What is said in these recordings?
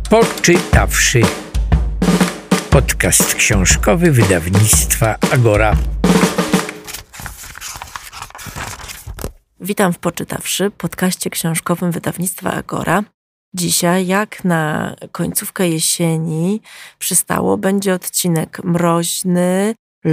Poczytawszy. Podcast książkowy wydawnictwa Agora. Witam w Poczytawszy, podcaście książkowym wydawnictwa Agora. Dzisiaj, jak na końcówkę jesieni przystało, będzie odcinek mroźny,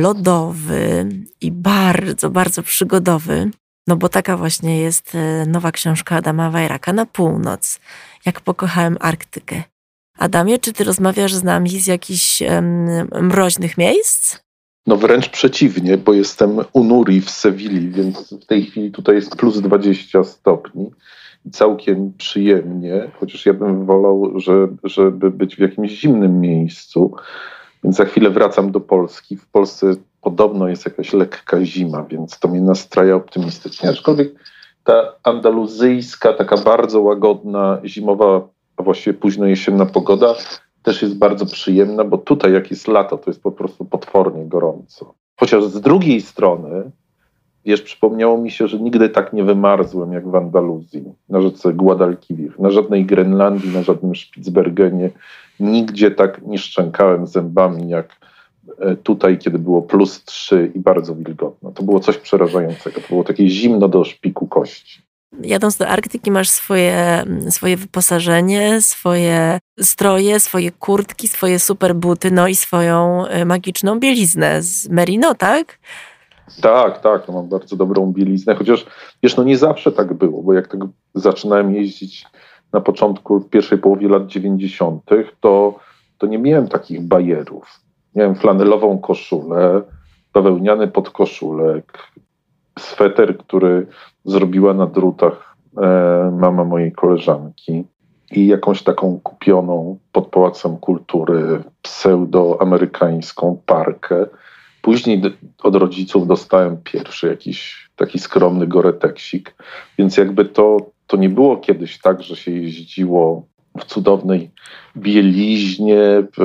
lodowy i bardzo, bardzo przygodowy. No bo taka właśnie jest nowa książka Adama Wajraka, Na północ. Jak pokochałem Arktykę. Adamie, czy ty rozmawiasz z nami z jakichś mroźnych miejsc? No wręcz przeciwnie, bo jestem u Nuri w Sewilli, więc w tej chwili tutaj jest plus 20 stopni i całkiem przyjemnie, chociaż ja bym wolał, żeby być w jakimś zimnym miejscu, więc za chwilę wracam do Polski. W Polsce podobno jest jakaś lekka zima, więc to mnie nastraja optymistycznie, aczkolwiek ta andaluzyjska, taka bardzo łagodna, zimowa, a właściwie późno jesienna pogoda też jest bardzo przyjemna, bo tutaj jak jest lato, to jest po prostu potwornie gorąco. Chociaż z drugiej strony, wiesz, przypomniało mi się, że nigdy tak nie wymarzłem jak w Andaluzji, na rzece Guadalquivir, na żadnej Grenlandii, na żadnym Spitsbergenie, nigdzie tak nie szczękałem zębami jak tutaj, kiedy było plus 3 i bardzo wilgotno. To było coś przerażającego. To było takie zimno do szpiku kości. Jadąc do Arktyki masz swoje wyposażenie, swoje stroje, swoje kurtki, swoje super buty, no i swoją magiczną bieliznę z Merino, tak? Tak, no mam bardzo dobrą bieliznę, chociaż wiesz, no nie zawsze tak było, bo jak tak zaczynałem jeździć na początku, w pierwszej połowie lat 90., to nie miałem takich bajerów. Miałem flanelową koszulę, bawełniany podkoszulek, sweter, który zrobiła na drutach mama mojej koleżanki i jakąś taką kupioną pod Pałacem Kultury pseudoamerykańską parkę. Później od rodziców dostałem pierwszy jakiś taki skromny goreteksik, więc jakby to nie było kiedyś tak, że się jeździło w cudownej bieliźnie,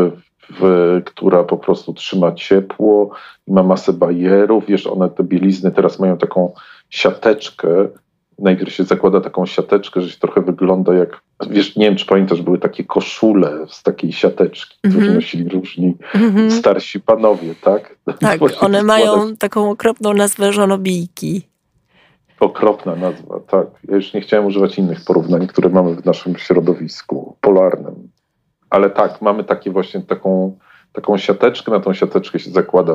która po prostu trzyma ciepło i ma masę bajerów. Wiesz, te bielizny teraz mają taką siateczkę. Najpierw się zakłada taką siateczkę, że się trochę wygląda jak, wiesz, nie wiem, czy pamiętasz, były takie koszule z takiej siateczki, które nosili różni starsi panowie, tak? Tak, one mają taką okropną nazwę żonobijki. Okropna nazwa, tak. Ja już nie chciałem używać innych porównań, które mamy w naszym środowisku polarnym. Ale tak, mamy takie właśnie taką siateczkę, na tą siateczkę się zakłada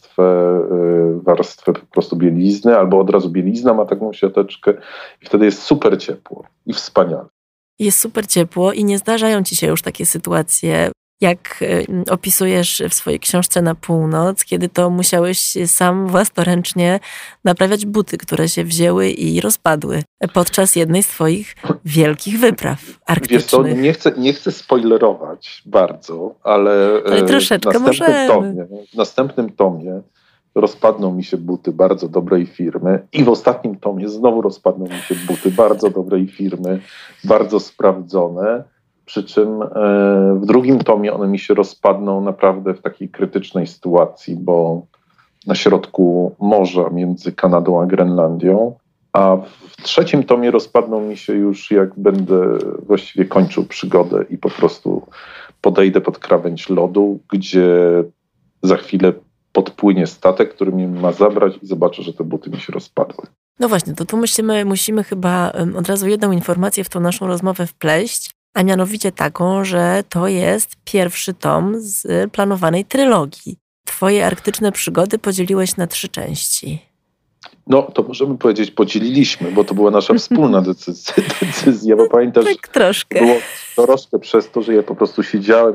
warstwę po prostu bielizny, albo od razu bielizna ma taką siateczkę i wtedy jest super ciepło i wspaniale. Jest super ciepło i nie zdarzają ci się już takie sytuacje, jak opisujesz w swojej książce Na północ, kiedy to musiałeś sam własnoręcznie naprawiać buty, które się wzięły i rozpadły podczas jednej z twoich wielkich wypraw arktycznych. Wiesz co, nie chcę spoilerować bardzo, ale troszeczkę w następnym tomie rozpadną mi się buty bardzo dobrej firmy i w ostatnim tomie znowu rozpadną mi się buty bardzo dobrej firmy, bardzo sprawdzone. Przy czym w drugim tomie one mi się rozpadną naprawdę w takiej krytycznej sytuacji, bo na środku morza między Kanadą a Grenlandią, a w trzecim tomie rozpadną mi się już jak będę właściwie kończył przygodę i po prostu podejdę pod krawędź lodu, gdzie za chwilę podpłynie statek, który mnie ma zabrać i zobaczę, że te buty mi się rozpadły. No właśnie, to tu musimy chyba od razu jedną informację w tą naszą rozmowę wpleść, a mianowicie taką, że to jest pierwszy tom z planowanej trylogii. Twoje arktyczne przygody podzieliłeś na 3 części. No, to możemy powiedzieć podzieliliśmy, bo to była nasza wspólna decyzja, bo pamiętasz, tak troszkę. Było troszkę przez to, że ja po prostu siedziałem,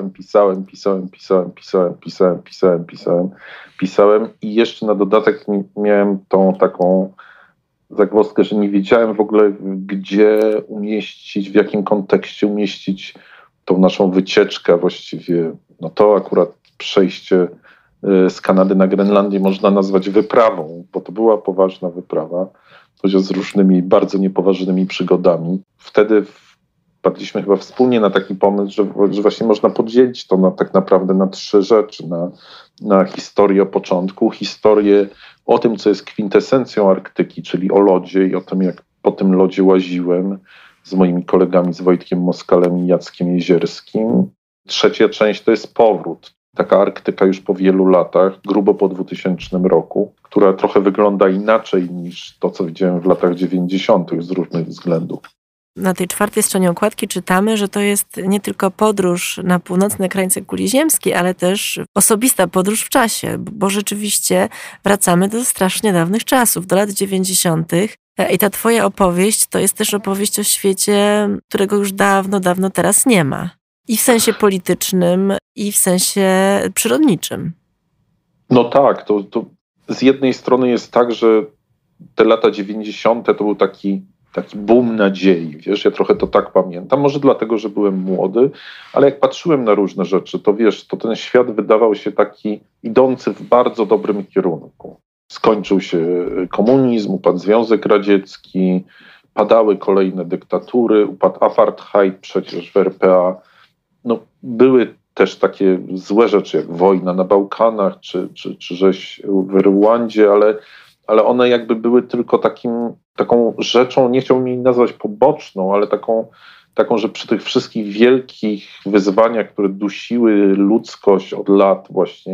pisałem i jeszcze na dodatek miałem tą taką zagwozdkę, że nie wiedziałem w ogóle, gdzie umieścić, w jakim kontekście umieścić tą naszą wycieczkę, właściwie no to akurat przejście z Kanady na Grenlandię można nazwać wyprawą, bo to była poważna wyprawa, chociaż z różnymi bardzo niepoważnymi przygodami. Wtedy wpadliśmy chyba wspólnie na taki pomysł, że właśnie można podzielić to tak naprawdę na 3 rzeczy. Na historię o początku, historię o tym, co jest kwintesencją Arktyki, czyli o lodzie i o tym, jak po tym lodzie łaziłem, z moimi kolegami, z Wojtkiem Moskalem i Jackiem Jezierskim. Trzecia część to jest powrót. Taka Arktyka już po wielu latach, grubo po 2000 roku, która trochę wygląda inaczej niż to, co widziałem w latach 90. z różnych względów. Na tej 4. stronie okładki czytamy, że to jest nie tylko podróż na północne krańce kuli ziemskiej, ale też osobista podróż w czasie, bo rzeczywiście wracamy do strasznie dawnych czasów, do lat 90. I ta twoja opowieść to jest też opowieść o świecie, którego już dawno, dawno teraz nie ma. I w sensie politycznym, i w sensie przyrodniczym. No tak, to z jednej strony jest tak, że te lata 90. to był taki boom nadziei, wiesz, ja trochę to tak pamiętam, może dlatego, że byłem młody, ale jak patrzyłem na różne rzeczy, to wiesz, to ten świat wydawał się taki idący w bardzo dobrym kierunku. Skończył się komunizm, upadł Związek Radziecki, padały kolejne dyktatury, upadł apartheid przecież w RPA. No, były też takie złe rzeczy, jak wojna na Bałkanach, czy rzeź w Rwandzie, ale one jakby były tylko taką rzeczą, nie chciałbym jej nazwać poboczną, ale taką, że przy tych wszystkich wielkich wyzwaniach, które dusiły ludzkość od lat, właśnie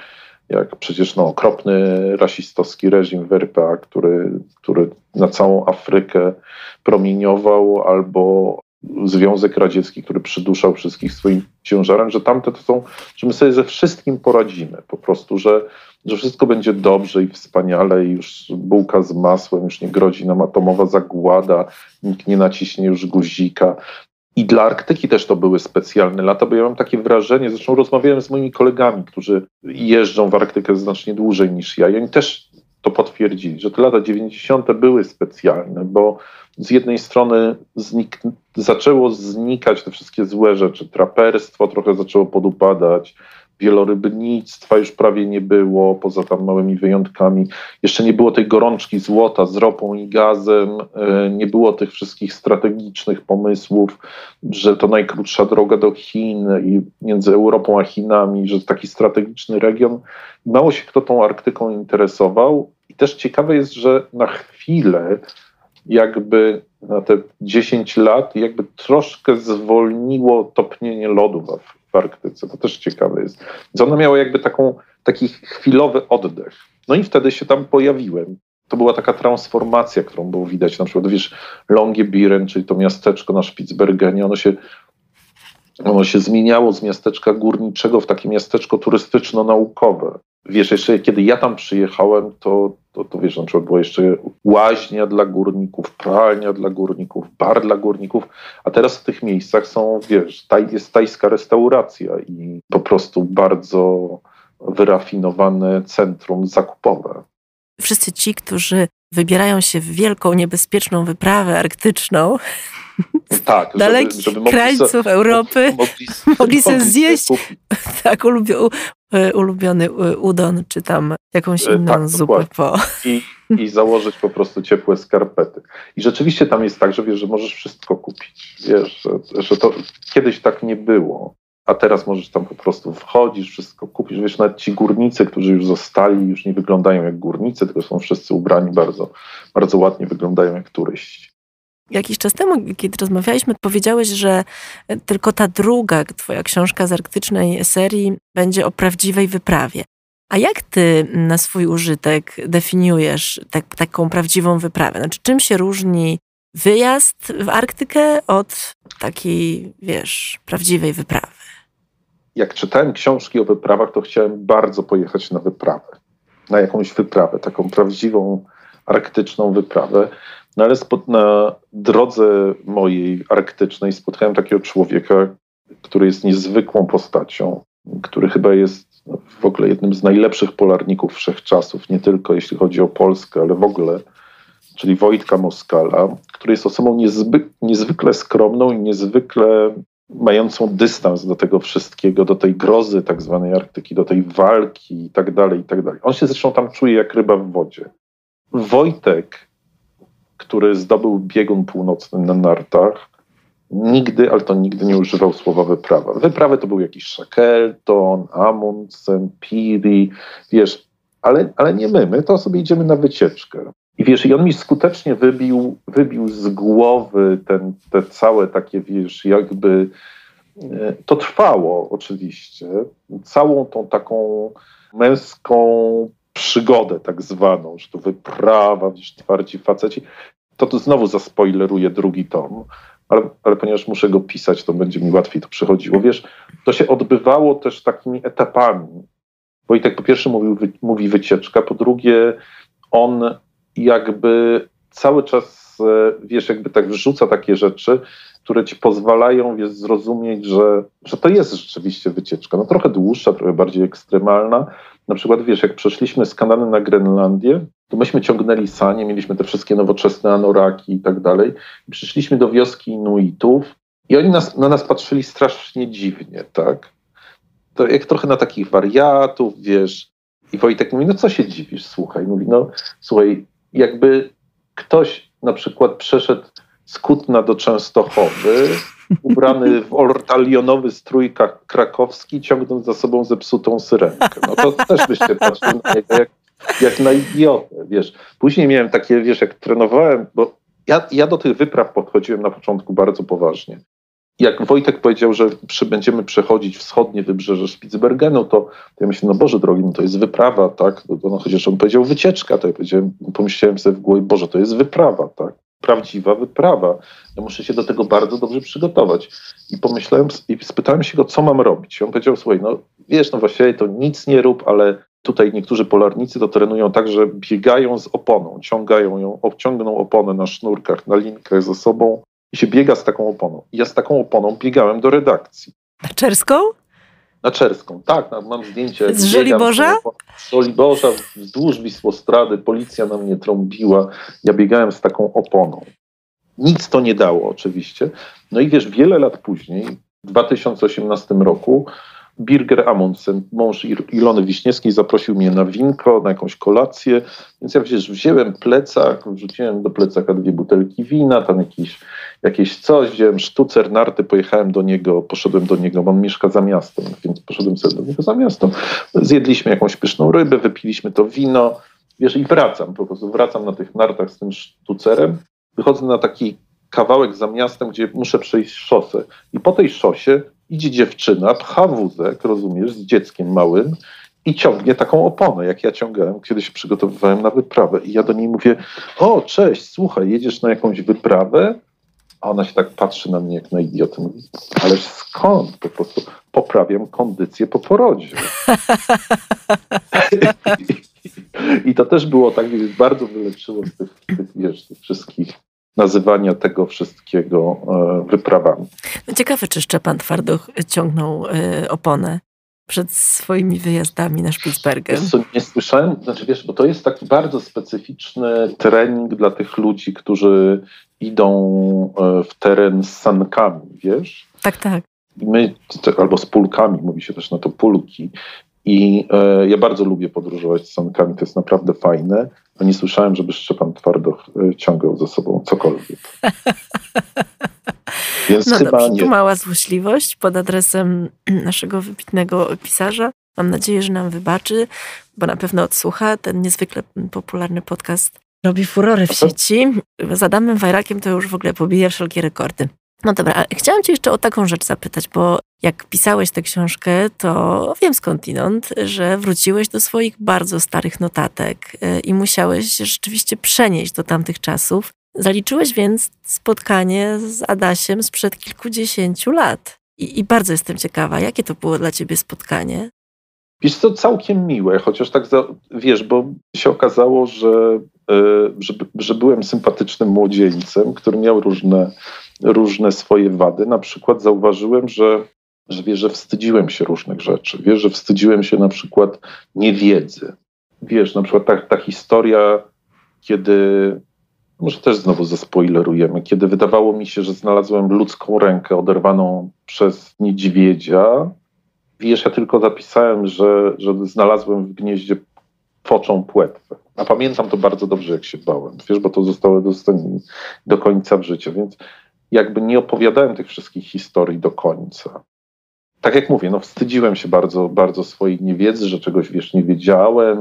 jak przecież okropny rasistowski reżim w RPA, który na całą Afrykę promieniował, albo Związek Radziecki, który przyduszał wszystkich swoim ciężarem, że tamte to są, że my sobie ze wszystkim poradzimy. Po prostu, że wszystko będzie dobrze i wspaniale i już bułka z masłem, już nie grozi nam atomowa zagłada, nikt nie naciśnie już guzika. I dla Arktyki też to były specjalne lata, bo ja mam takie wrażenie, zresztą rozmawiałem z moimi kolegami, którzy jeżdżą w Arktykę znacznie dłużej niż ja i oni też to potwierdzili, że te lata 90. były specjalne, bo z jednej strony zaczęło znikać te wszystkie złe rzeczy, traperstwo trochę zaczęło podupadać, wielorybnictwa już prawie nie było, poza tam małymi wyjątkami. Jeszcze nie było tej gorączki złota z ropą i gazem, nie było tych wszystkich strategicznych pomysłów, że to najkrótsza droga do Chin i między Europą a Chinami, że taki strategiczny region. Mało się kto tą Arktyką interesował i też ciekawe jest, że na chwilę jakby na te 10 lat jakby troszkę zwolniło topnienie lodu w Arktyce. To też ciekawe jest. Więc ona miała jakby taki chwilowy oddech. No i wtedy się tam pojawiłem. To była taka transformacja, którą było widać. Na przykład, wiesz, Longyearbyen, czyli to miasteczko na Spitsbergenie, ono się zmieniało z miasteczka górniczego w takie miasteczko turystyczno-naukowe. Wiesz, jeszcze kiedy ja tam przyjechałem, to wiesz, na przykład była jeszcze łaźnia dla górników, pralnia dla górników, bar dla górników, a teraz w tych miejscach są, wiesz, jest tajska restauracja i po prostu bardzo wyrafinowane centrum zakupowe. Wszyscy ci, którzy wybierają się w wielką, niebezpieczną wyprawę arktyczną, tak, dalekich krańców Europy, mogli sobie zjeść tak, ulubiony udon, czy tam jakąś inną zupę. I założyć po prostu ciepłe skarpety. I rzeczywiście tam jest tak, że wiesz, że możesz wszystko kupić. Wiesz, że to kiedyś tak nie było. A teraz możesz tam po prostu wchodzisz, wszystko kupisz. Wiesz, nawet ci górnicy, którzy już zostali, już nie wyglądają jak górnicy, tylko są wszyscy ubrani bardzo, bardzo ładnie, wyglądają jak turyści. Jakiś czas temu, kiedy rozmawialiśmy, powiedziałeś, że tylko ta druga twoja książka z arktycznej serii będzie o prawdziwej wyprawie. A jak ty na swój użytek definiujesz taką prawdziwą wyprawę? Znaczy, czym się różni wyjazd w Arktykę od takiej, wiesz, prawdziwej wyprawy? Jak czytałem książki o wyprawach, to chciałem bardzo pojechać na wyprawę. Na jakąś wyprawę, taką prawdziwą arktyczną wyprawę. No ale na drodze mojej arktycznej spotkałem takiego człowieka, który jest niezwykłą postacią, który chyba jest w ogóle jednym z najlepszych polarników wszechczasów, nie tylko jeśli chodzi o Polskę, ale w ogóle, czyli Wojtka Moskala, który jest osobą niezwykle skromną i niezwykle mającą dystans do tego wszystkiego, do tej grozy tak zwanej Arktyki, do tej walki i tak dalej, i tak dalej. On się zresztą tam czuje jak ryba w wodzie. Wojtek, który zdobył biegun północny na nartach, nigdy, ale to nigdy nie używał słowa wyprawa. Wyprawy to był jakiś Shackleton, Amundsen, Peary, wiesz, ale nie my to sobie idziemy na wycieczkę. I wiesz, i on mi skutecznie wybił z głowy te całe takie, wiesz, jakby to trwało oczywiście, całą tą taką męską przygodę tak zwaną, że to wyprawa, wiesz, twardzi faceci. To znowu zaspoileruję drugi tom, ale ponieważ muszę go pisać, to będzie mi łatwiej to przychodziło. Wiesz, to się odbywało też takimi etapami. Wojtek po pierwsze mówi wycieczka, po drugie on jakby cały czas, wiesz, jakby tak wrzuca takie rzeczy, które ci pozwalają, wiesz, zrozumieć, że to jest rzeczywiście wycieczka. No trochę dłuższa, trochę bardziej ekstremalna. Na przykład, wiesz, jak przeszliśmy z Kanady na Grenlandię, to myśmy ciągnęli sanie, mieliśmy te wszystkie nowoczesne anoraki i tak dalej. Przyszliśmy do wioski Inuitów i oni na nas patrzyli strasznie dziwnie, tak? To jak trochę na takich wariatów, wiesz. I Wojtek mówi, no co się dziwisz, słuchaj. Mówi, no słuchaj, jakby ktoś na przykład przeszedł z Kutna do Częstochowy, ubrany w ortalionowy strój krakowski, ciągnąc za sobą zepsutą syrenkę. No to też byście patrzyli na niego jak na idiotę, wiesz. Później miałem takie, wiesz, jak trenowałem, bo ja do tych wypraw podchodziłem na początku bardzo poważnie. Jak Wojtek powiedział, że będziemy przechodzić wschodnie wybrzeże Spitsbergenu, to ja myślę, no Boże drogi, no to jest wyprawa, tak? No, chociaż on powiedział wycieczka, to ja pomyślałem sobie w głowie, Boże, to jest wyprawa, tak? Prawdziwa wyprawa. Ja muszę się do tego bardzo dobrze przygotować. I pomyślałem, i spytałem się go, co mam robić. I on powiedział, słuchaj, no wiesz, no właściwie to nic nie rób, ale tutaj niektórzy polarnicy to trenują tak, że biegają z oponą, ciągają ją, obciągną oponę na sznurkach, na linkach ze sobą i się biega z taką oponą. I ja z taką oponą biegałem do redakcji. Na Czerską? Na Czerską, tak. Mam zdjęcie. Z Żoliborza? Z Żoliborza, wzdłuż Wisłostrady, policja na mnie trąbiła. Ja biegałem z taką oponą. Nic to nie dało oczywiście. No i wiesz, wiele lat później, w 2018 roku, Birger Amundsen, mąż Ilony Wiśniewskiej, zaprosił mnie na winko, na jakąś kolację, więc ja wiesz, wziąłem plecak, wrzuciłem do plecaka 2 butelki wina, tam jakieś coś, wziąłem sztucer, narty, poszedłem do niego, bo on mieszka za miastem, więc poszedłem sobie do niego za miastem. Zjedliśmy jakąś pyszną rybę, wypiliśmy to wino, wiesz, i wracam na tych nartach z tym sztucerem, wychodzę na taki kawałek za miastem, gdzie muszę przejść szosę i po tej szosie idzie dziewczyna, pcha wózek, rozumiesz, z dzieckiem małym i ciągnie taką oponę, jak ja ciągałem, kiedy się przygotowywałem na wyprawę. I ja do niej mówię, o, cześć, słuchaj, jedziesz na jakąś wyprawę? A ona się tak patrzy na mnie jak na idiotę. Mówi, ależ skąd? Po prostu poprawiam kondycję po porodzie. I to też było tak, bardzo wyleczyło z tych wszystkich nazywania tego wszystkiego wyprawami. No ciekawe, czy Szczepan Twardoch ciągnął oponę przed swoimi wyjazdami na Spitsbergen. Nie słyszałem, bo to jest taki bardzo specyficzny trening dla tych ludzi, którzy idą w teren z sankami, wiesz? Tak, tak. I my, albo z pulkami, mówi się też na to pulki. I ja bardzo lubię podróżować z sankami, to jest naprawdę fajne. A nie słyszałem, żeby Szczepan Twardoch ciągał ze sobą cokolwiek. Więc no chyba dobrze, nie. Tu mała złośliwość pod adresem naszego wybitnego pisarza. Mam nadzieję, że nam wybaczy, bo na pewno odsłucha. Ten niezwykle popularny podcast robi furorę w sieci. Z Adamem Wajrakiem to już w ogóle pobija wszelkie rekordy. No dobra, ale chciałam cię jeszcze o taką rzecz zapytać, bo jak pisałeś tę książkę, to wiem skądinąd, że wróciłeś do swoich bardzo starych notatek i musiałeś rzeczywiście przenieść do tamtych czasów. Zaliczyłeś więc spotkanie z Adasiem sprzed kilkudziesięciu lat. I bardzo jestem ciekawa, jakie to było dla ciebie spotkanie? Wiesz co, całkiem miłe, chociaż tak, wiesz, bo się okazało, że byłem sympatycznym młodzieńcem, który miał różne swoje wady. Na przykład zauważyłem, że wiesz, że wstydziłem się różnych rzeczy. Wiesz, że wstydziłem się na przykład niewiedzy. Wiesz, na przykład ta historia, kiedy, może też znowu zaspoilerujemy, kiedy wydawało mi się, że znalazłem ludzką rękę oderwaną przez niedźwiedzia. Wiesz, ja tylko zapisałem, że znalazłem w gnieździe foczą płetwę. A pamiętam to bardzo dobrze, jak się bałem. Wiesz, bo to zostało do końca życia, więc jakby nie opowiadałem tych wszystkich historii do końca. Tak jak mówię, no wstydziłem się bardzo, bardzo swojej niewiedzy, że czegoś, wiesz, nie wiedziałem,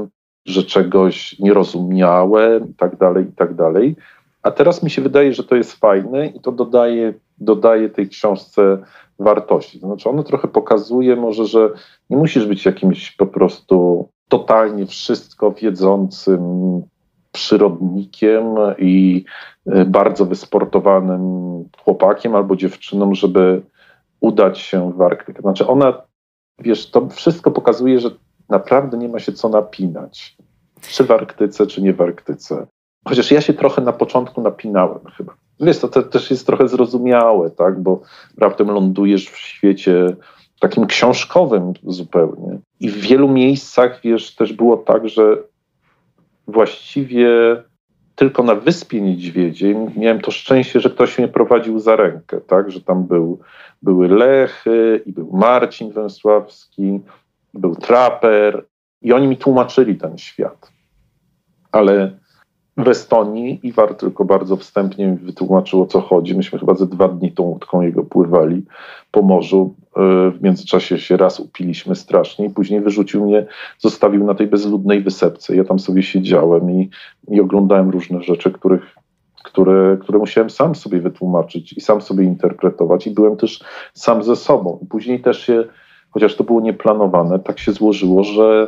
że czegoś nie rozumiałem i tak dalej. A teraz mi się wydaje, że to jest fajne i to dodaje tej książce wartości. To znaczy ono trochę pokazuje może, że nie musisz być jakimś po prostu totalnie wszystko wiedzącym przyrodnikiem i bardzo wysportowanym chłopakiem albo dziewczyną, żeby udać się w Arktykę. Znaczy ona, wiesz, to wszystko pokazuje, że naprawdę nie ma się co napinać. Czy w Arktyce, czy nie w Arktyce. Chociaż ja się trochę na początku napinałem chyba. Wiesz, to też jest trochę zrozumiałe, tak? Bo raptem lądujesz w świecie takim książkowym zupełnie. I w wielu miejscach, wiesz, też było tak, że właściwie tylko na Wyspie Niedźwiedziej miałem to szczęście, że ktoś mnie prowadził za rękę, tak? Że tam były Lechy i był Marcin Węsławski, był Traper i oni mi tłumaczyli ten świat. Ale w Estonii Iwar tylko bardzo wstępnie mi wytłumaczył, o co chodzi. Myśmy chyba ze 2 dni tą łódką jego pływali po morzu. W międzyczasie się raz upiliśmy strasznie i później wyrzucił mnie, zostawił na tej bezludnej wysepce. Ja tam sobie siedziałem i oglądałem różne rzeczy, które musiałem sam sobie wytłumaczyć i sam sobie interpretować i byłem też sam ze sobą. I później też się, chociaż to było nieplanowane, tak się złożyło,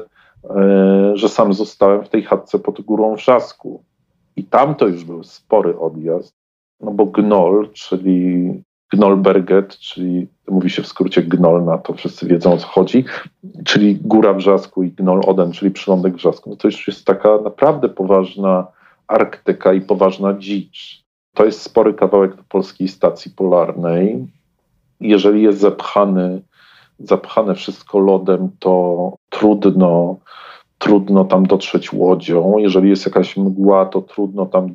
że sam zostałem w tej chatce pod Górą Wrzasku. I tam to już był spory odjazd, no bo Gnol, czyli Gnolberget, czyli mówi się w skrócie Gnolna, to wszyscy wiedzą, o co chodzi, czyli Góra Wrzasku i Gnol-Oden, czyli przylądek Wrzasku. No to już jest taka naprawdę poważna Arktyka i poważna dzicz. To jest spory kawałek do polskiej stacji polarnej. Jeżeli jest zapchane wszystko lodem, to trudno tam dotrzeć łodzią. Jeżeli jest jakaś mgła, to trudno tam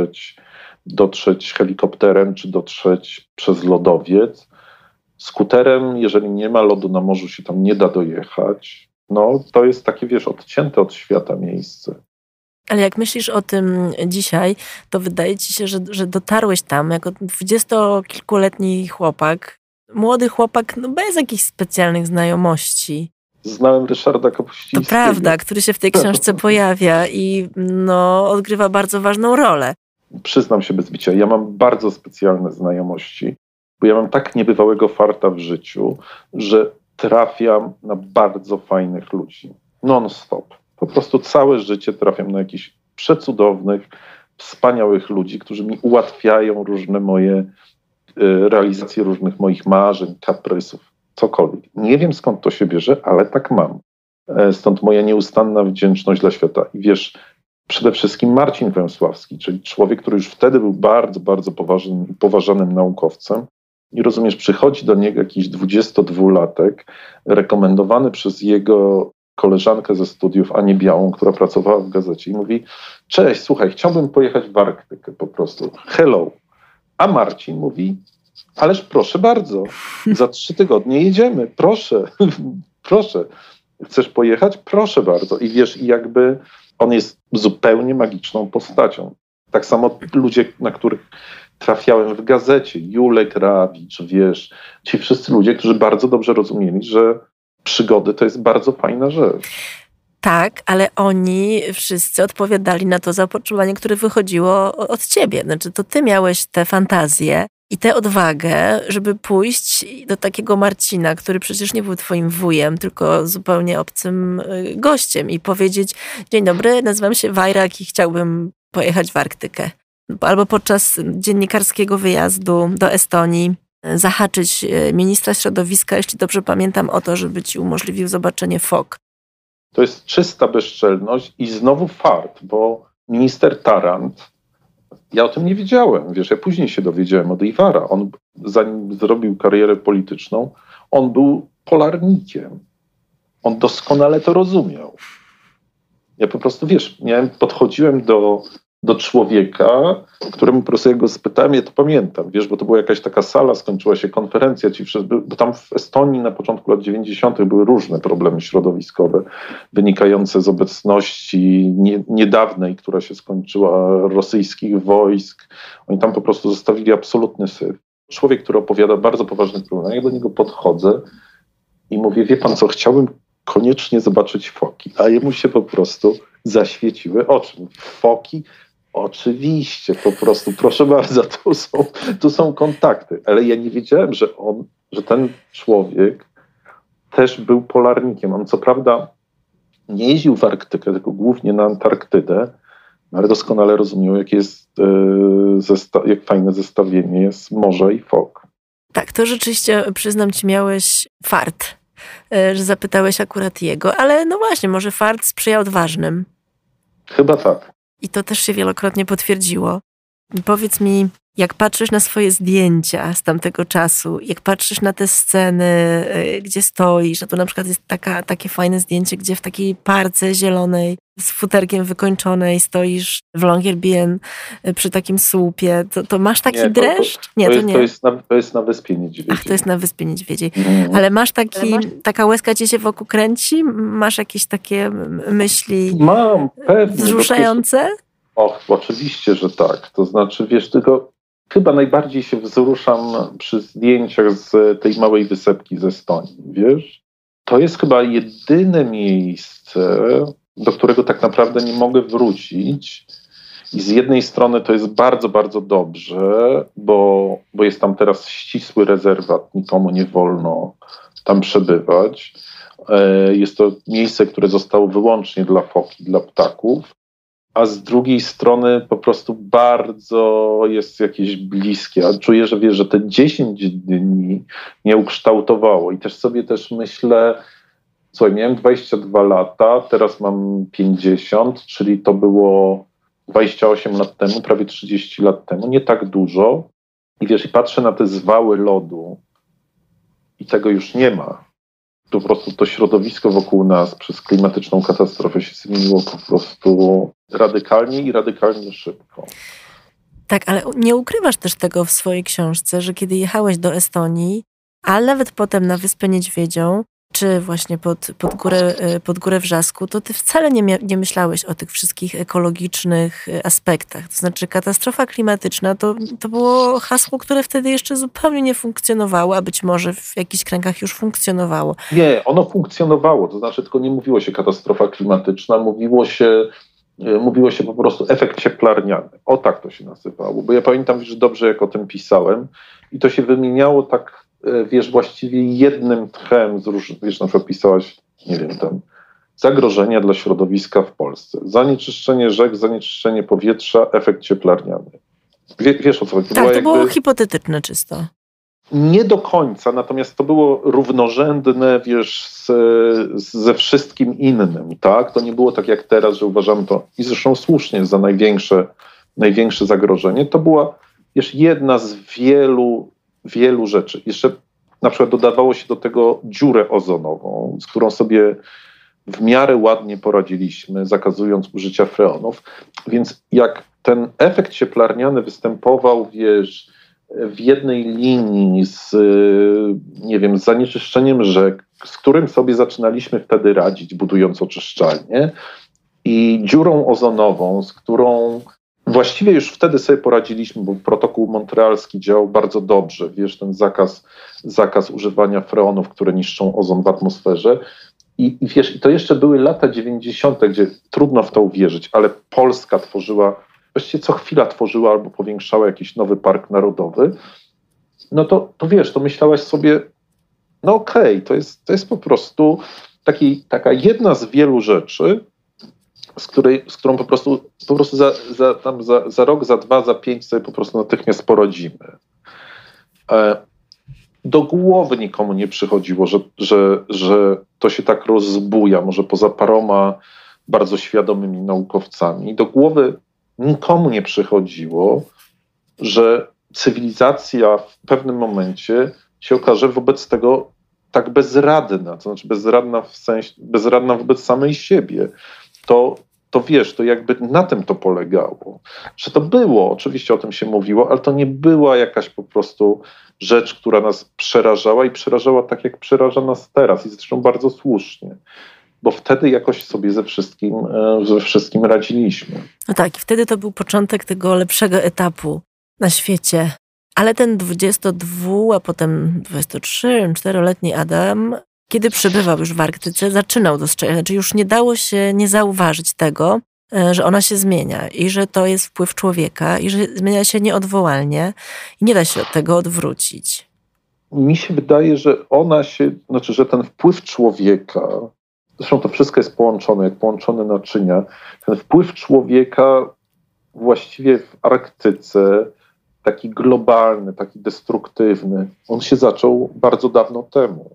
dotrzeć helikopterem czy dotrzeć przez lodowiec. Skuterem, jeżeli nie ma lodu na morzu, się tam nie da dojechać. No, to jest takie, wiesz, odcięte od świata miejsce. Ale jak myślisz o tym dzisiaj, to wydaje ci się, że dotarłeś tam jako 20-kilkuletni chłopak, młody chłopak, no bez jakichś specjalnych znajomości. Znałem Ryszarda Kapuścińskiego. To prawda, który się w tej książce pojawia i no, odgrywa bardzo ważną rolę. Przyznam się bez bicia, ja mam bardzo specjalne znajomości, bo ja mam tak niebywałego farta w życiu, że trafiam na bardzo fajnych ludzi. Non-stop. Po prostu całe życie trafiam na jakichś przecudownych, wspaniałych ludzi, którzy mi ułatwiają różne moje realizacje różnych moich marzeń, kaprysów, cokolwiek. Nie wiem, skąd to się bierze, ale tak mam. Stąd moja nieustanna wdzięczność dla świata. I wiesz, przede wszystkim Marcin Węsławski, czyli człowiek, który już wtedy był bardzo, bardzo poważanym naukowcem. I rozumiesz, przychodzi do niego jakiś 22-latek, rekomendowany przez jego koleżankę ze studiów, Anię Białą, która pracowała w gazecie i mówi: cześć, słuchaj, chciałbym pojechać w Arktykę po prostu. Hello. A Marcin mówi: ależ proszę bardzo, za 3 tygodnie jedziemy, proszę, proszę. Chcesz pojechać? Proszę bardzo. I wiesz, i jakby on jest zupełnie magiczną postacią. Tak samo ludzie, na których trafiałem w gazecie, Julek Rawicz, wiesz, ci wszyscy ludzie, którzy bardzo dobrze rozumieli, że przygody to jest bardzo fajna rzecz. Tak, ale oni wszyscy odpowiadali na to zapotrzebowanie, które wychodziło od ciebie. Znaczy, to ty miałeś tę fantazję i tę odwagę, żeby pójść do takiego Marcina, który przecież nie był twoim wujem, tylko zupełnie obcym gościem i powiedzieć: dzień dobry, nazywam się Wajrak i chciałbym pojechać w Arktykę. Albo podczas dziennikarskiego wyjazdu do Estonii zahaczyć ministra środowiska, jeśli dobrze pamiętam, o to, żeby ci umożliwił zobaczenie fok. To jest czysta bezczelność i znowu fart, bo minister Tarant, ja o tym nie wiedziałem, wiesz, ja później się dowiedziałem od Iwara. On, zanim zrobił karierę polityczną, on był polarnikiem. On doskonale to rozumiał. Ja po prostu, wiesz, podchodziłem do człowieka, któremu po prostu jak go spytałem, ja to pamiętam, wiesz, bo to była jakaś taka sala, skończyła się konferencja, bo tam w Estonii na początku lat 90. były różne problemy środowiskowe wynikające z obecności niedawnej, która się skończyła, rosyjskich wojsk. Oni tam po prostu zostawili absolutny syf. Człowiek, który opowiada bardzo poważny problem, ja do niego podchodzę i mówię: wie pan co, chciałbym koniecznie zobaczyć foki, a jemu się po prostu zaświeciły oczy. Foki? Oczywiście, po prostu, proszę bardzo, tu są kontakty. Ale ja nie wiedziałem, że ten człowiek też był polarnikiem. On co prawda nie jeździł w Arktykę, tylko głównie na Antarktydę, ale doskonale rozumiał, jak fajne zestawienie jest morza i fok. Tak, to rzeczywiście, przyznam ci, miałeś fart, że zapytałeś akurat jego, ale no właśnie, może fart sprzyja odważnym. Chyba tak. I to też się wielokrotnie potwierdziło. Powiedz mi, jak patrzysz na swoje zdjęcia z tamtego czasu, jak patrzysz na te sceny, gdzie stoisz, a tu na przykład jest takie fajne zdjęcie, gdzie w takiej parce zielonej z futerkiem wykończonej stoisz w Longyearbyen przy takim słupie, to masz taki dreszcz? Nie, to nie. To jest na Wyspie Niedźwiedziej. Ach, to jest na Wyspie Niedźwiedziej. Ale masz taka łezka ci się wokół kręci? Masz jakieś takie myśli Mam, pewnie, wzruszające? Och, oczywiście, że tak. To znaczy, wiesz, tylko chyba najbardziej się wzruszam przy zdjęciach z tej małej wysepki ze Estonii, wiesz? To jest chyba jedyne miejsce, do którego tak naprawdę nie mogę wrócić. I z jednej strony to jest bardzo, bardzo dobrze, bo jest tam teraz ścisły rezerwat, nikomu nie wolno tam przebywać. Jest to miejsce, które zostało wyłącznie dla foki, dla ptaków. A z drugiej strony po prostu bardzo jest jakieś bliskie. A czuję, że wiesz, że te 10 dni mnie ukształtowało. I też sobie myślę, słuchaj, miałem 22 lata, teraz mam 50, czyli to było 28 lat temu, prawie 30 lat temu, nie tak dużo. I wiesz, i patrzę na te zwały lodu i tego już nie ma. Po prostu to środowisko wokół nas przez klimatyczną katastrofę się zmieniło po prostu radykalnie i radykalnie szybko. Tak, ale nie ukrywasz też tego w swojej książce, że kiedy jechałeś do Estonii, ale nawet potem na Wyspę Niedźwiedzią, czy właśnie pod Górę Wrzasku, to ty wcale nie myślałeś o tych wszystkich ekologicznych aspektach. To znaczy katastrofa klimatyczna to było hasło, które wtedy jeszcze zupełnie nie funkcjonowało, a być może w jakichś kręgach już funkcjonowało. Nie, ono funkcjonowało, to znaczy tylko nie mówiło się katastrofa klimatyczna, mówiło się po prostu efekt cieplarniany. O tak to się nazywało, bo ja pamiętam, że dobrze jak o tym pisałem i to się wymieniało tak, wiesz, właściwie jednym tchem, wiesz, na przykład pisałaś, nie wiem, tam zagrożenia dla środowiska w Polsce, zanieczyszczenie rzek, zanieczyszczenie powietrza, efekt cieplarniany. Wiesz o co chodzi? Tak, to było hipotetyczne czysto. Nie do końca, natomiast to było równorzędne, wiesz, ze wszystkim innym, tak? To nie było tak jak teraz, że uważamy to, i zresztą słusznie, za największe zagrożenie. To była, wiesz, jedna z wielu rzeczy. Jeszcze na przykład dodawało się do tego dziurę ozonową, z którą sobie w miarę ładnie poradziliśmy, zakazując użycia freonów. Więc jak ten efekt cieplarniany występował, wiesz, w jednej linii z, nie wiem, z zanieczyszczeniem rzek, z którym sobie zaczynaliśmy wtedy radzić, budując oczyszczalnie, i dziurą ozonową, z którą właściwie już wtedy sobie poradziliśmy, bo protokół montrealski działał bardzo dobrze. Wiesz, ten zakaz używania freonów, które niszczą ozon w atmosferze. I wiesz, i to jeszcze były lata 90., gdzie trudno w to uwierzyć, ale Polska właściwie co chwila tworzyła albo powiększała jakiś nowy park narodowy. No to wiesz, to myślałaś sobie, no okej, to jest po prostu taka jedna z wielu rzeczy, z którą po prostu za rok, za 2, za 5 sobie po prostu natychmiast poradzimy. Do głowy nikomu nie przychodziło, że to się tak rozbuja, może poza paroma bardzo świadomymi naukowcami. Do głowy nikomu nie przychodziło, że cywilizacja w pewnym momencie się okaże wobec tego tak bezradna, to znaczy bezradna wobec samej siebie. To wiesz, to jakby na tym to polegało. Że to było, oczywiście o tym się mówiło, ale to nie była jakaś po prostu rzecz, która nas przerażała i przerażała tak, jak przeraża nas teraz i zresztą bardzo słusznie. Bo wtedy jakoś sobie ze wszystkim radziliśmy. No tak, i wtedy to był początek tego lepszego etapu na świecie. Ale ten 22, a potem 23, 4-letni Adam Kiedy przebywał już w Arktyce, zaczynał dostrzegać, znaczy już nie dało się nie zauważyć tego, że ona się zmienia i że to jest wpływ człowieka i że zmienia się nieodwołalnie i nie da się od tego odwrócić. Mi się wydaje, że że ten wpływ człowieka, zresztą to wszystko jest połączone, jak połączone naczynia, ten wpływ człowieka właściwie w Arktyce, taki globalny, taki destruktywny, on się zaczął bardzo dawno temu.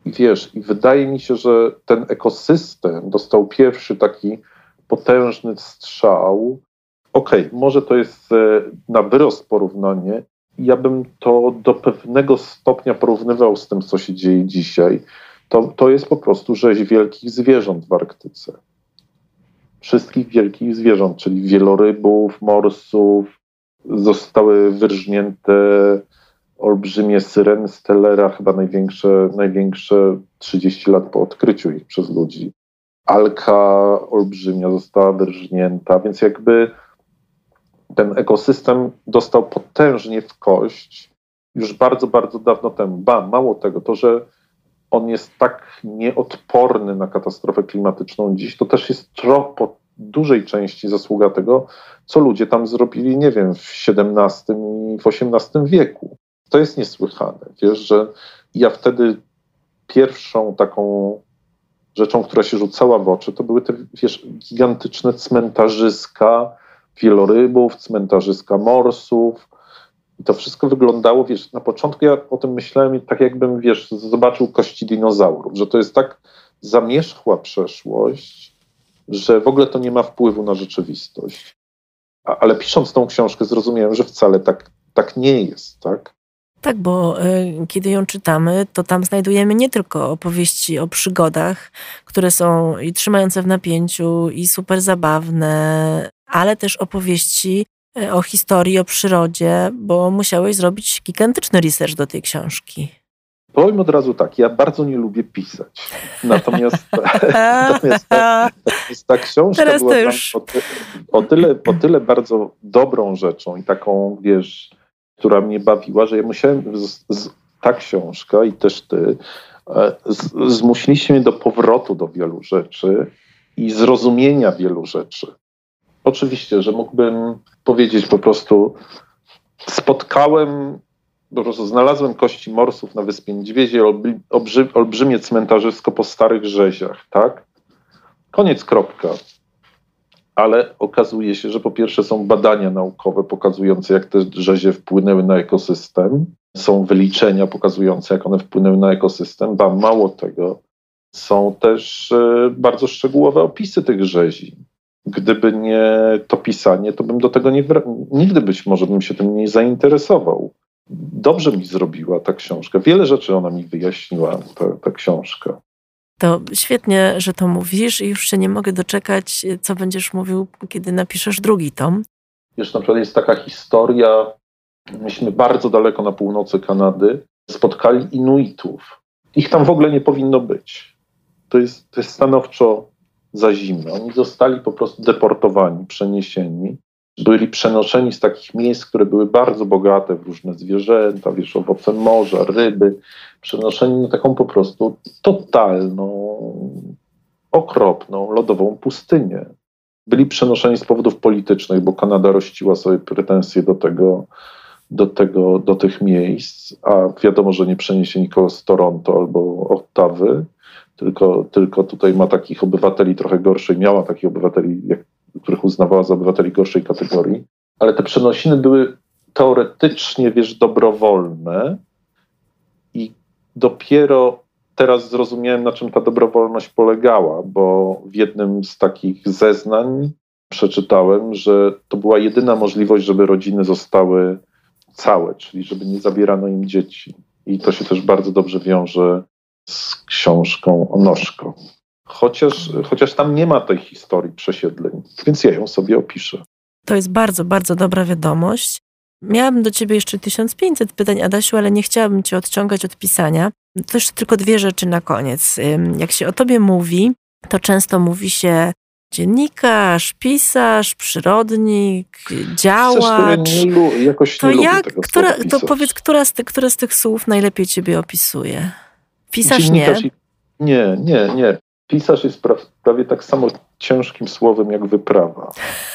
I wydaje mi się, że ten ekosystem dostał pierwszy taki potężny strzał. Może to jest na wyrost porównanie. Ja bym to do pewnego stopnia porównywał z tym, co się dzieje dzisiaj. To jest po prostu rzeź wielkich zwierząt w Arktyce. Wszystkich wielkich zwierząt, czyli wielorybów, morsów. Zostały wyrżnięte olbrzymie syreny Stellera, chyba największe 30 lat po odkryciu ich przez ludzi. Alka olbrzymia została wyrżnięta, więc jakby ten ekosystem dostał potężnie w kość już bardzo, bardzo dawno temu. Mało tego, to, że on jest tak nieodporny na katastrofę klimatyczną dziś, to też jest po dużej części zasługa tego, co ludzie tam zrobili, nie wiem, w XVII i w XVIII wieku. To jest niesłychane. Wiesz, że ja wtedy pierwszą taką rzeczą, która się rzucała w oczy, to były te, gigantyczne cmentarzyska wielorybów, cmentarzyska morsów. I to wszystko wyglądało, na początku ja o tym myślałem tak jakbym, zobaczył kości dinozaurów, że to jest tak zamierzchła przeszłość, że w ogóle to nie ma wpływu na rzeczywistość. Ale pisząc tą książkę zrozumiałem, że wcale tak nie jest, tak? Tak, bo kiedy ją czytamy, to tam znajdujemy nie tylko opowieści o przygodach, które są i trzymające w napięciu, i super zabawne, ale też opowieści o historii, o przyrodzie, bo musiałeś zrobić gigantyczny research do tej książki. Powiem od razu tak, ja bardzo nie lubię pisać. Natomiast ta książka teraz była już o tyle bardzo dobrą rzeczą i taką, która mnie bawiła, że ja musiałem, ta książka i też ty, zmusiliście mnie do powrotu do wielu rzeczy i zrozumienia wielu rzeczy. Oczywiście, że mógłbym powiedzieć po prostu, znalazłem kości morsów na Wyspie Niedźwiedzie, olbrzymie cmentarzysko po starych rzeziach, tak? Koniec, kropka. Ale okazuje się, że po pierwsze są badania naukowe pokazujące, jak te rzezie wpłynęły na ekosystem. Są wyliczenia pokazujące, jak one wpłynęły na ekosystem. Mało tego, są też bardzo szczegółowe opisy tych rzezi. Gdyby nie to pisanie, to bym do tego nigdy być może bym się tym nie zainteresował. Dobrze mi zrobiła ta książka. Wiele rzeczy ona mi wyjaśniła, ta książka. To świetnie, że to mówisz i już się nie mogę doczekać, co będziesz mówił, kiedy napiszesz drugi tom. Na przykład jest taka historia, myśmy bardzo daleko na północy Kanady spotkali Inuitów. Ich tam w ogóle nie powinno być. To jest stanowczo za zimno. Oni zostali po prostu deportowani, przeniesieni. Byli przenoszeni z takich miejsc, które były bardzo bogate w różne zwierzęta, owoce morza, ryby. Przenoszeni na taką po prostu totalną, okropną, lodową pustynię. Byli przenoszeni z powodów politycznych, bo Kanada rościła sobie pretensje do tych miejsc, a wiadomo, że nie przeniesie nikogo z Toronto albo Ottawy, tylko tutaj ma takich obywateli trochę gorszej, miała takich obywateli, których uznawała za obywateli gorszej kategorii, ale te przenosiny były teoretycznie, dobrowolne i dopiero teraz zrozumiałem, na czym ta dobrowolność polegała, bo w jednym z takich zeznań przeczytałem, że to była jedyna możliwość, żeby rodziny zostały całe, czyli żeby nie zabierano im dzieci. I to się też bardzo dobrze wiąże z książką Onoszko. Chociaż tam nie ma tej historii przesiedleń, więc ja ją sobie opiszę. To jest bardzo, bardzo dobra wiadomość. Miałabym do ciebie jeszcze 1500 pytań, Adasiu, ale nie chciałabym cię odciągać od pisania. To jeszcze tylko dwie rzeczy na koniec. Jak się o tobie mówi, to często mówi się dziennikarz, pisarz, przyrodnik, działacz. Jakoś nie lubię tego słowa pisarz. To powiedz, która z tych słów najlepiej ciebie opisuje? Pisarz Dziennikarz nie. Nie. Pisarz jest prawie tak samo ciężkim słowem jak wyprawa.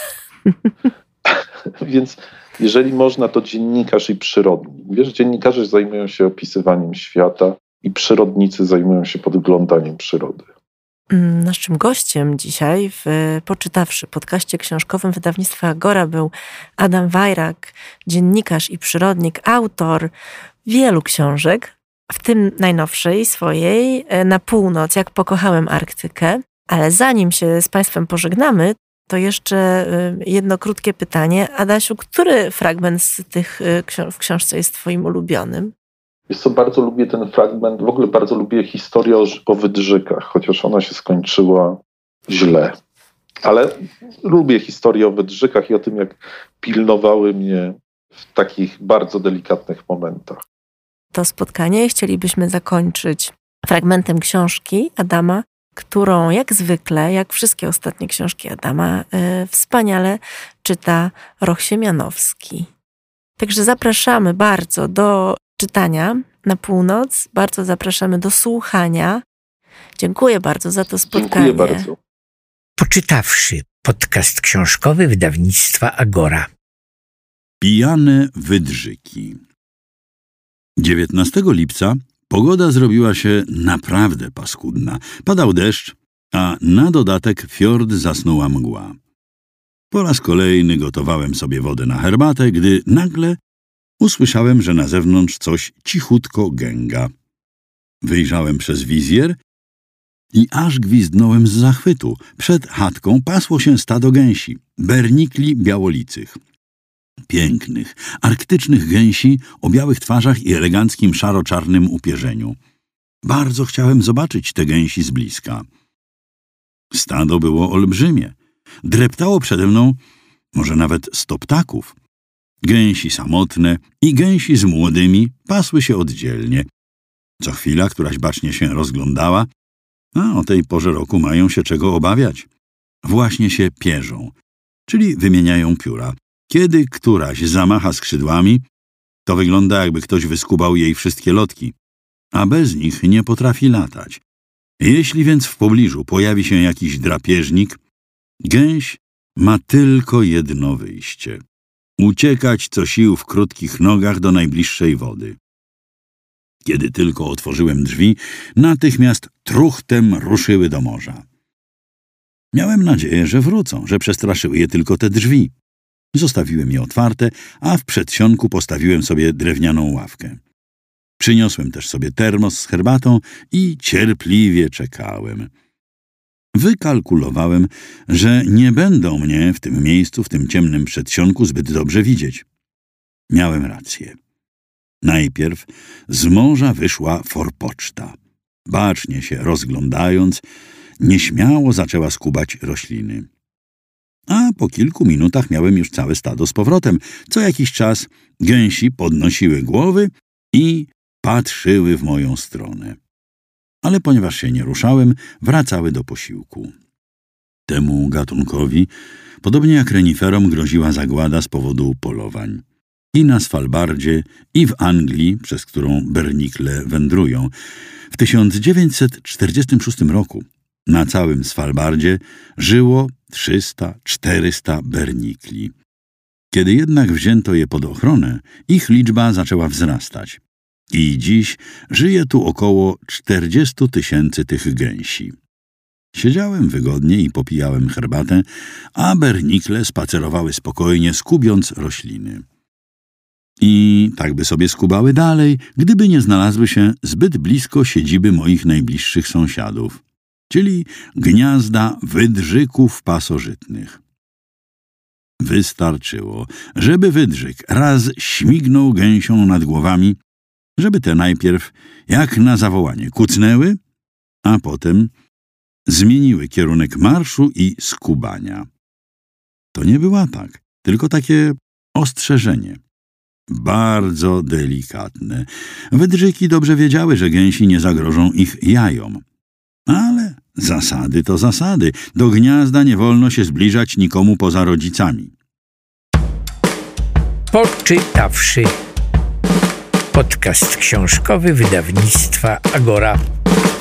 Więc jeżeli można, to dziennikarz i przyrodnik. Wiesz, dziennikarze zajmują się opisywaniem świata i przyrodnicy zajmują się podglądaniem przyrody. Naszym gościem dzisiaj w Poczytawszy, podcaście książkowym wydawnictwa Agora, był Adam Wajrak, dziennikarz i przyrodnik, autor wielu książek, w tym najnowszej swojej Na północ, jak pokochałem Arktykę. Ale zanim się z Państwem pożegnamy, to jeszcze jedno krótkie pytanie. Adasiu, który fragment z tych w książce jest twoim ulubionym? Wiesz co, bardzo lubię ten fragment, w ogóle bardzo lubię historię o wydrzykach, chociaż ona się skończyła źle. Ale lubię historię o wydrzykach i o tym, jak pilnowały mnie w takich bardzo delikatnych momentach. To spotkanie chcielibyśmy zakończyć fragmentem książki Adama, którą jak zwykle, jak wszystkie ostatnie książki Adama, wspaniale czyta Roch Siemianowski. Także zapraszamy bardzo do czytania Na północ, bardzo zapraszamy do słuchania. Dziękuję bardzo za to spotkanie. Dziękuję bardzo. Poczytawszy, podcast książkowy wydawnictwa Agora. Pijane wydrzyki. 19 lipca pogoda zrobiła się naprawdę paskudna. Padał deszcz, a na dodatek fiord zasnuła mgła. Po raz kolejny gotowałem sobie wodę na herbatę, gdy nagle usłyszałem, że na zewnątrz coś cichutko gęga. Wyjrzałem przez wizjer i aż gwizdnąłem z zachwytu. Przed chatką pasło się stado gęsi, bernikli białolicych. Pięknych, arktycznych gęsi o białych twarzach i eleganckim szaro-czarnym upierzeniu. Bardzo chciałem zobaczyć te gęsi z bliska. Stado było olbrzymie. Dreptało przede mną może nawet 100 ptaków. Gęsi samotne i gęsi z młodymi pasły się oddzielnie. Co chwila któraś bacznie się rozglądała, a o tej porze roku mają się czego obawiać. Właśnie się pierzą, czyli wymieniają pióra. Kiedy któraś zamacha skrzydłami, to wygląda, jakby ktoś wyskubał jej wszystkie lotki, a bez nich nie potrafi latać. Jeśli więc w pobliżu pojawi się jakiś drapieżnik, gęś ma tylko jedno wyjście – uciekać co sił w krótkich nogach do najbliższej wody. Kiedy tylko otworzyłem drzwi, natychmiast truchtem ruszyły do morza. Miałem nadzieję, że wrócą, że przestraszyły je tylko te drzwi. Zostawiłem je otwarte, a w przedsionku postawiłem sobie drewnianą ławkę. Przyniosłem też sobie termos z herbatą i cierpliwie czekałem. Wykalkulowałem, że nie będą mnie w tym miejscu, w tym ciemnym przedsionku zbyt dobrze widzieć. Miałem rację. Najpierw z morza wyszła forpoczta. Bacznie się rozglądając, nieśmiało zaczęła skubać rośliny. A po kilku minutach miałem już całe stado z powrotem. Co jakiś czas gęsi podnosiły głowy i patrzyły w moją stronę. Ale ponieważ się nie ruszałem, wracały do posiłku. Temu gatunkowi, podobnie jak reniferom, groziła zagłada z powodu polowań. I na Svalbardzie, i w Anglii, przez którą bernikle wędrują. W 1946 roku na całym Svalbardzie żyło 300–400 bernikli. Kiedy jednak wzięto je pod ochronę, ich liczba zaczęła wzrastać. I dziś żyje tu około 40 000 tych gęsi. Siedziałem wygodnie i popijałem herbatę, a bernikle spacerowały spokojnie, skubiąc rośliny. I tak by sobie skubały dalej, gdyby nie znalazły się zbyt blisko siedziby moich najbliższych sąsiadów, czyli gniazda wydrzyków pasożytnych. Wystarczyło, żeby wydrzyk raz śmignął gęsią nad głowami, żeby te najpierw, jak na zawołanie, kucnęły, a potem zmieniły kierunek marszu i skubania. To nie był atak, tylko takie ostrzeżenie. Bardzo delikatne. Wydrzyki dobrze wiedziały, że gęsi nie zagrożą ich jajom. Ale zasady to zasady. Do gniazda nie wolno się zbliżać nikomu poza rodzicami. Poczytawszy. Podcast książkowy wydawnictwa Agora.